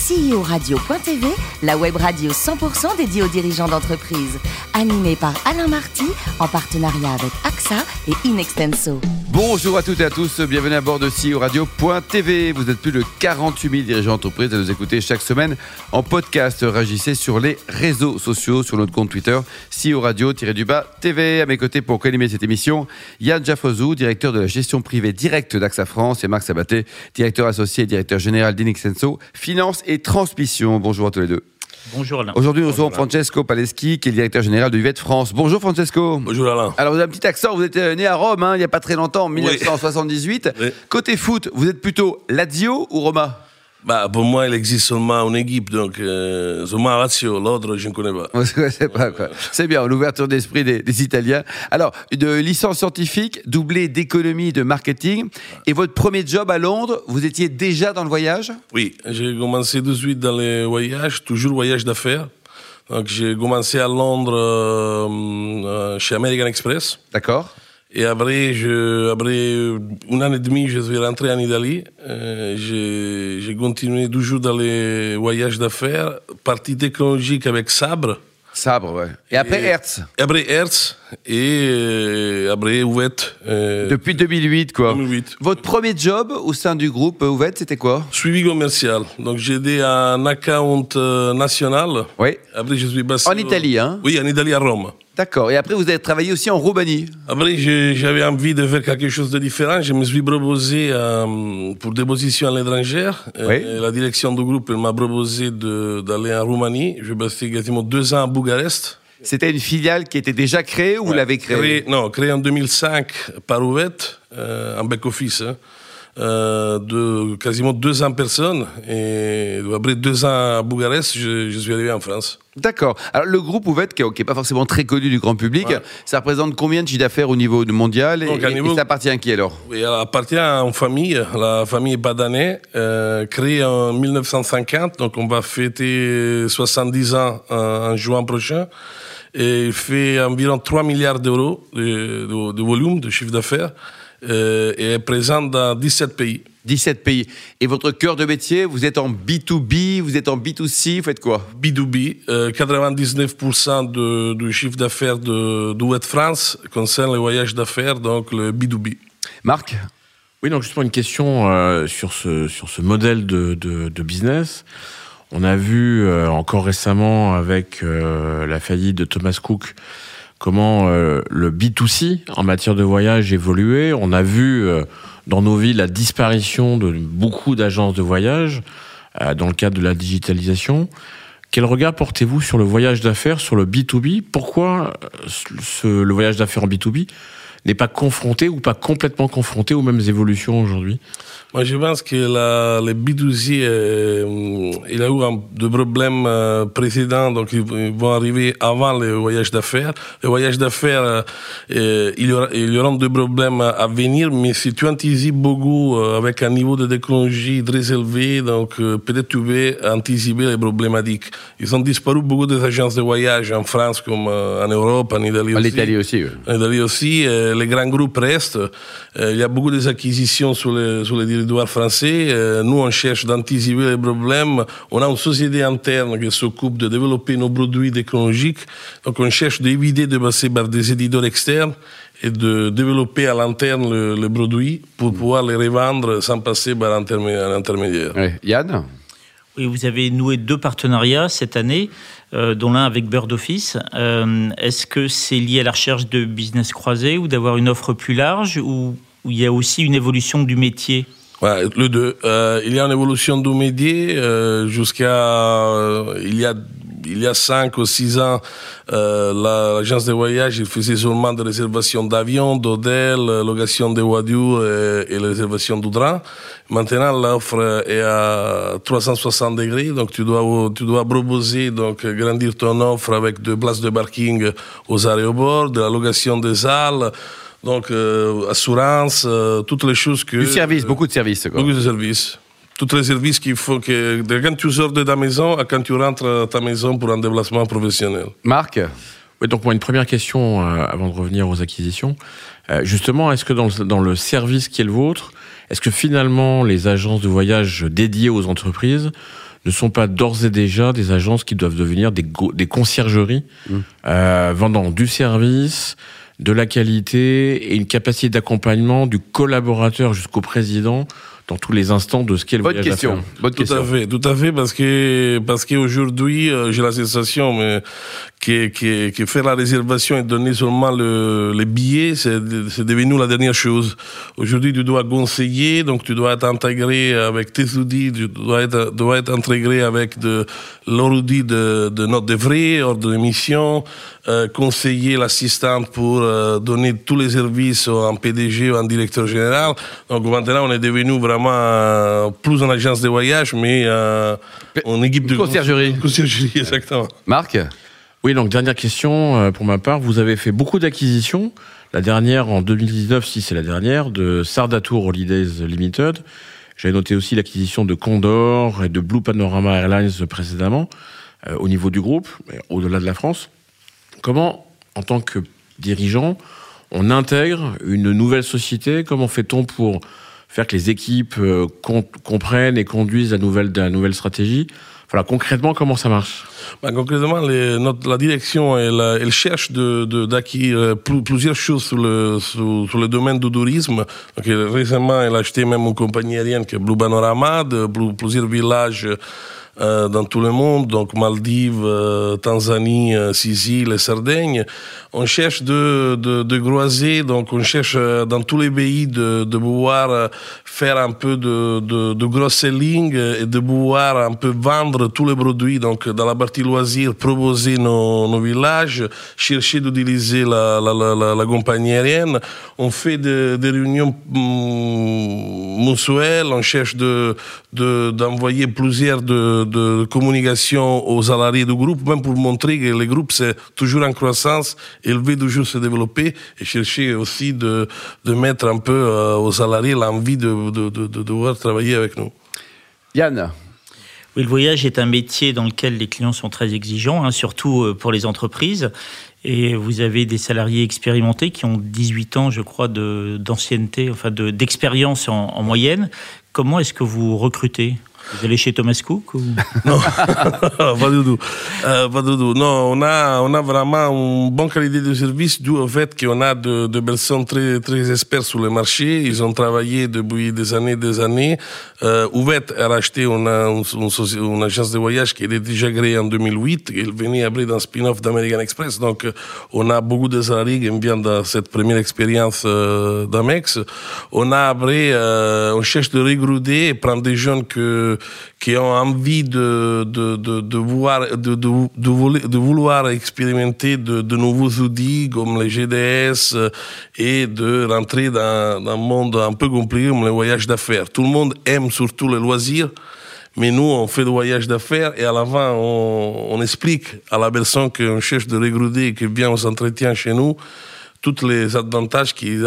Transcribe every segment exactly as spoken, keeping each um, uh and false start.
C E O radio point t v, la web radio cent pour cent dédiée aux dirigeants d'entreprise. Animée par Alain Marty, en partenariat avec A X A et Inextenso. Bonjour à toutes et à tous, bienvenue à bord de C E O radio point t v. Vous êtes plus de quarante-huit mille dirigeants d'entreprise à nous écouter chaque semaine en podcast. Réagissez sur les réseaux sociaux, sur notre compte Twitter, C E O radio-du-bas T V. À mes côtés pour co-animer cette émission, Yann Jaffozou, directeur de la gestion privée directe d'A X A France, et Marc Sabaté, directeur associé et directeur général d'Inextenso, finance et transmission. Bonjour à tous les deux. Bonjour Alain. Aujourd'hui, nous recevons Francesco Paleschi, qui est le directeur général de Uvette France. Bonjour Francesco. Bonjour Alain. Alors vous avez un petit accent, vous êtes né à Rome, hein, il n'y a pas très longtemps, en dix-neuf cent soixante-dix-huit. Oui. Côté foot, vous êtes plutôt Lazio ou Roma ? Bah, pour moi, il existe seulement une équipe, donc euh, seulement Lazio, l'autre, je ne connais pas. Ouais, c'est, pas quoi. C'est bien, l'ouverture d'esprit des, des Italiens. Alors, de licence scientifique, doublée d'économie et de marketing. Et votre premier job à Londres, vous étiez déjà dans le voyage ? Oui, j'ai commencé tout de suite dans les voyages, toujours voyage d'affaires. Donc, j'ai commencé à Londres euh, euh, chez American Express. D'accord. Et après, je, après une année et demie, je suis rentré en Italie. Euh, j'ai, j'ai continué toujours dans les voyages d'affaires, partie technologique avec Sabre. Sabre, ouais. Et après et, Hertz. Et après Hertz et euh, après Uvette. Euh, Depuis deux mille huit, quoi. deux mille huit. Votre premier job au sein du groupe Uvette, c'était quoi ? Suivi commercial. Donc j'ai aidé un account euh, national. Oui. Après, je suis passé. En Italie, hein ? Oui, en Italie, à Rome. D'accord. Et après, vous avez travaillé aussi en Roumanie. Après, je, j'avais envie de faire quelque chose de différent. Je me suis proposé euh, pour des positions à l'étranger. Oui. Et la direction du groupe elle m'a proposé de, d'aller en Roumanie. Je suis passé quasiment deux ans à Bucarest. C'était une filiale qui était déjà créée ou ouais. vous l'avez créée ? Créé, Non, créée en deux mille cinq par Uvette, euh, en back-office. Hein. Euh, de quasiment deux cents personnes. Et après deux ans à Bucarest, je, je suis arrivé en France. D'accord. Alors le groupe Uvette, qui n'est pas forcément très connu du grand public, ouais. ça représente combien de chiffre d'affaires au niveau mondial ? Donc, et, niveau, et ça appartient à qui alors ? Oui, ça appartient à une famille, la famille Badanais, euh, créée en dix-neuf cent cinquante. Donc on va fêter soixante-dix ans en, en juin prochain. Et il fait environ trois milliards d'euros de, de, de volume, de chiffre d'affaires. Euh, et est présent dans dix-sept pays. dix-sept pays. Et votre cœur de métier, vous êtes en B deux B, vous êtes en B deux C, vous faites quoi ? B deux B, euh, quatre-vingt-dix-neuf pour cent de, du chiffre d'affaires de d'Uvette France concerne les voyages d'affaires, donc le B deux B. Marc ? Oui, donc justement une question euh, sur ce sur ce modèle de, de, de business. On a vu euh, encore récemment avec euh, la faillite de Thomas Cook comment euh, le B deux C en matière de voyage évoluait. On a vu euh, dans nos villes la disparition de beaucoup d'agences de voyage euh, dans le cadre de la digitalisation. Quel regard portez-vous sur le voyage d'affaires, sur le B deux B ? Pourquoi ce, le voyage d'affaires en B deux B n'est pas confronté ou pas complètement confronté aux mêmes évolutions aujourd'hui ? Moi, je pense que la, le B deux C, euh, il a eu un, des problèmes euh, précédents, donc ils, ils vont arriver avant le voyage d'affaires. Le voyage d'affaires, euh, il y aura, il y aura des problèmes à venir, mais si tu anticipes beaucoup euh, avec un niveau de technologie très élevé, donc euh, peut-être tu peux anticiper les problématiques. Ils ont disparu beaucoup des agences de voyage en France comme euh, en Europe, en Italie en aussi. Italie aussi, oui. En Italie aussi, euh, les grands groupes restent. Euh, il y a beaucoup d'acquisitions sur les, sur les territoires français. Euh, nous, on cherche d'anticiper les problèmes. On a une société interne qui s'occupe de développer nos produits technologiques. Donc, on cherche d'éviter de passer par des éditeurs externes et de développer à l'interne le, le produit pour pouvoir les revendre sans passer par un intermédiaire. Oui. Yann ? Oui, vous avez noué deux partenariats cette année, euh, dont l'un avec Bird Office. Euh, est-ce que c'est lié à la recherche de business croisé ou d'avoir une offre plus large, ou, ou il y a aussi une évolution du métier ? Ouais, le deux. Euh, il y a une évolution du métier euh, jusqu'à euh, il y a il y a cinq ou six ans, euh, la, l'agence de voyage il faisait seulement des réservations d'avions, d'hôtels, location de voitures et, et les réservations du train. Maintenant, l'offre est à trois cent soixante degrés, donc tu dois tu dois proposer donc grandir ton offre avec des places de parking aux aéroports, de la location des salles. Donc, euh, assurance, euh, toutes les choses que... Du service, euh, beaucoup de services. Quoi. Beaucoup de services. Tous les services qu'il faut que... De quand tu sors de ta maison à quand tu rentres à ta maison pour un déplacement professionnel. Marc ? Oui, donc moi, une première question, euh, avant de revenir aux acquisitions. Euh, justement, est-ce que dans le, dans le service qui est le vôtre, est-ce que finalement, les agences de voyage dédiées aux entreprises ne sont pas d'ores et déjà des agences qui doivent devenir des, go- des conciergeries mmh. euh, vendant du service, de la qualité et une capacité d'accompagnement du collaborateur jusqu'au président dans tous les instants de ce qu'est le Bonne voyage question. d'affaires. Bonne Tout question. à fait, tout à fait, parce que parce qu'aujourd'hui euh, j'ai la sensation mais, que, que que faire la réservation et donner seulement le les billets c'est c'est devenu la dernière chose. Aujourd'hui tu dois conseiller, donc tu dois être intégré avec tes outils, tu dois être dois être intégré avec de l'ordi de de notes de frais, ordre d'émission, euh, conseiller l'assistante pour euh, donner tous les services en P D G ou en directeur général. Donc maintenant on est devenu vraiment Euh, plus en agence de voyage, mais euh, en équipe de conciergerie. Conciergerie, exactement. Marc ? Oui, donc dernière question euh, pour ma part. Vous avez fait beaucoup d'acquisitions. La dernière en deux mille dix-neuf, si c'est la dernière, de Sardatour Holidays Limited. J'avais noté aussi l'acquisition de Condor et de Blue Panorama Airlines précédemment, euh, au niveau du groupe, au-delà de la France. Comment, en tant que dirigeant, on intègre une nouvelle société ? Comment fait-on pour faire que les équipes euh, com- comprennent et conduisent la nouvelle, la nouvelle stratégie ? Voilà, concrètement, comment ça marche ? Ben, concrètement, les, notre, la direction, elle, elle cherche de, de, d'acquérir plus, plusieurs choses sur le, sur, sur le domaine du tourisme. Donc, elle, récemment, elle a acheté même une compagnie aérienne qui est Blue Panorama, de plusieurs villages euh, dans tout le monde, donc Maldives, euh, Tanzanie, euh, Sicile et Sardaigne. On cherche de, de, de croiser, donc on cherche euh, dans tous les pays de, de pouvoir euh, faire un peu de, de, de gros selling et de pouvoir un peu vendre tous les produits. Donc dans la partie loisirs, proposer nos, nos villages, chercher d'utiliser la, la, la, la, la compagnie aérienne. On fait des, des réunions mm, mensuelles, on cherche de, de, d'envoyer plusieurs de, de communications aux salariés du groupe, même pour montrer que le groupe c'est toujours en croissance, il veut toujours se développer et chercher aussi de, de mettre un peu euh, aux salariés l'envie de, de, de, de devoir travailler avec nous. Yann ? Oui, le voyage est un métier dans lequel les clients sont très exigeants, hein, surtout pour les entreprises. Et vous avez des salariés expérimentés qui ont dix-huit ans, je crois, de, d'ancienneté, enfin de, d'expérience en, en moyenne. Comment est-ce que vous recrutez ? Vous allez chez Thomas Cook ou... Non, pas du tout. Euh, pas du tout. Non, on a, on a vraiment une bonne qualité de service dû au fait qu'on a de, de personnes très, très experts sur le marché. Ils ont travaillé depuis des années, des années. Euh, Ouvette a racheté une, une, une, une agence de voyage qui était déjà créée en deux mille huit. Elle venait après d'un spin-off d'American Express. Donc, on a beaucoup de salariés qui viennent de cette première expérience euh, d'Amex. On a après, euh, on cherche de recruter et prendre des jeunes que qui ont envie de, de, de, de, voir, de, de, de, vouloir, de vouloir expérimenter de, de nouveaux outils comme les G D S et de rentrer dans, dans un monde un peu compliqué comme le voyage d'affaires. Tout le monde aime surtout les loisirs, mais nous, on fait des voyages d'affaires et à l'avant, on, on explique à la personne qu'on cherche de recruter et qui vient aux entretiens chez nous tous les avantages qu'il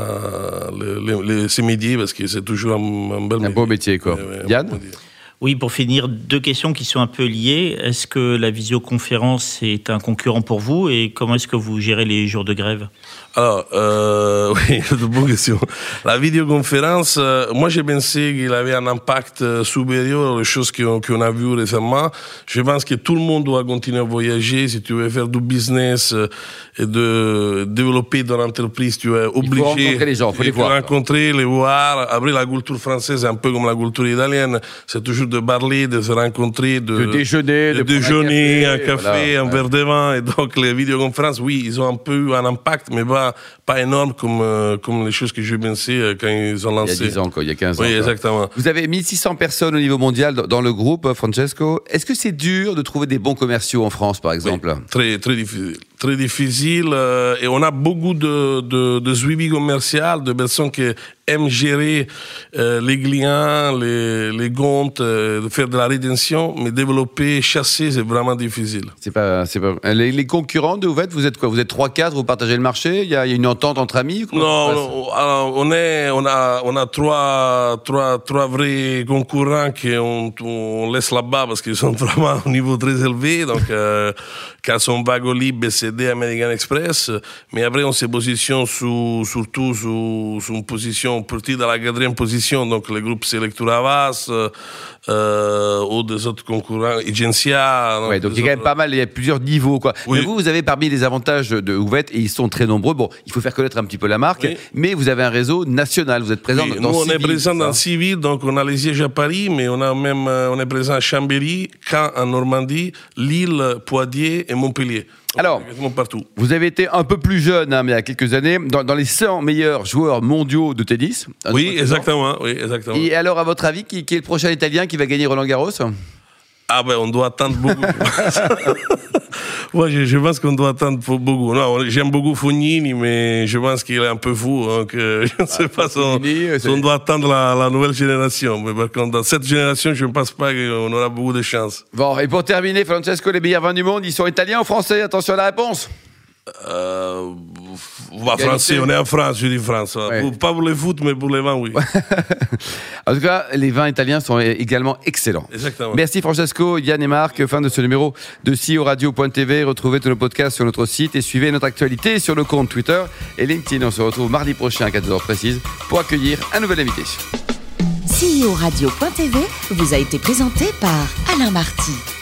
a, les, les, ces métiers, parce que c'est toujours un, un bel métier. Un beau métier, quoi. Ouais, ouais, Yann ? Oui, pour finir, deux questions qui sont un peu liées. Est-ce que la visioconférence est un concurrent pour vous et comment est-ce que vous gérez les jours de grève ? Alors, euh, oui, c'est une bonne question. La vidéoconférence, euh, moi j'ai pensé qu'il avait un impact euh, supérieur aux choses qu'on, qu'on a vues récemment. Je pense que tout le monde doit continuer à voyager. Si tu veux faire du business euh, et de développer ton entreprise, tu es obligé. Il faut rencontrer les gens, il faut les voir. rencontrer, les voir. Après, la culture française est un peu comme la culture italienne. C'est toujours de parler, de se rencontrer, de, de déjeuner, de, de déjeuner, un café, voilà, un ouais. verre de vin. Et donc, les vidéoconférences, oui, ils ont un peu eu un impact, mais pas, pas énorme comme, euh, comme les choses que j'ai pensé euh, quand ils ont lancé. Il y a dix ans, quoi, il y a quinze ans. Oui, quoi. exactement. Vous avez mille six cents personnes au niveau mondial dans, dans le groupe, Francesco. Est-ce que c'est dur de trouver des bons commerciaux en France, par exemple ? Oui, très, très difficile. Très difficile. Euh, et on a beaucoup de, de, de suivi commercial, de personnes qui aiment gérer euh, les clients, les, les comptes, euh, de faire de la rétention, mais développer, chasser, c'est vraiment difficile. C'est pas, c'est pas... Les, les concurrents de Ouvette, vous êtes quoi ? Vous êtes trois quatre, vous partagez le marché ? Il y a, il y a une entente entre amis ? Non, non, alors, on est, on a, on a trois, trois, trois vrais concurrents qu'on on laisse là-bas parce qu'ils sont vraiment au niveau très élevé. Donc, euh, quand on va au Libre, c'est cédé American Express, mais après on s'est positionné sous, surtout sous, sous une position partie dans la quatrième position, donc le groupe Selectura Havas, euh, ou des autres concurrents, Agencia. Ouais, donc il y a quand même pas mal, il y a plusieurs niveaux, quoi. Oui. Mais vous, vous avez parmi les avantages de Ouvette, et ils sont très nombreux. Bon, il faut faire connaître un petit peu la marque, oui. mais vous avez un réseau national. Vous êtes présent oui, dans nous, six on est villes, présent ça. dans six villes, donc on a les sièges à Paris, mais on a même, euh, on est présent à Chambéry, Caen en Normandie, Lille, Poitiers et Montpellier. Alors, partout. Vous avez été un peu plus jeune, hein, mais il y a quelques années, dans, dans les cent meilleurs joueurs mondiaux de tennis. Oui, exactement, oui, exactement. Et alors, à votre avis, qui, qui est le prochain Italien qui va gagner Roland-Garros ? Ah ben, on doit attendre beaucoup. Moi, je, je pense qu'on doit attendre beaucoup. Non, j'aime beaucoup Fognini, mais je pense qu'il est un peu fou. Donc, euh, je ne sais ah, pas si on, si on doit attendre la, la nouvelle génération. Mais par contre, dans cette génération, je ne pense pas qu'on aura beaucoup de chance. Bon, et pour terminer, Francesco, les meilleurs vins du monde, ils sont italiens ou français ? Attention à la réponse. Euh, bah, français, on est en France, je dis France. Ouais. Pour, pas pour le foot, mais pour les vins, oui. En tout cas, les vins italiens sont également excellents. Exactement. Merci Francesco, Yann et Marc. Fin de ce numéro de C I O Radio point T V. Retrouvez tous nos podcasts sur notre site et suivez notre actualité sur le compte Twitter et LinkedIn. On se retrouve mardi prochain à quatorze heures précises pour accueillir un nouvel invité. C I O Radio point T V vous a été présenté par Alain Marty.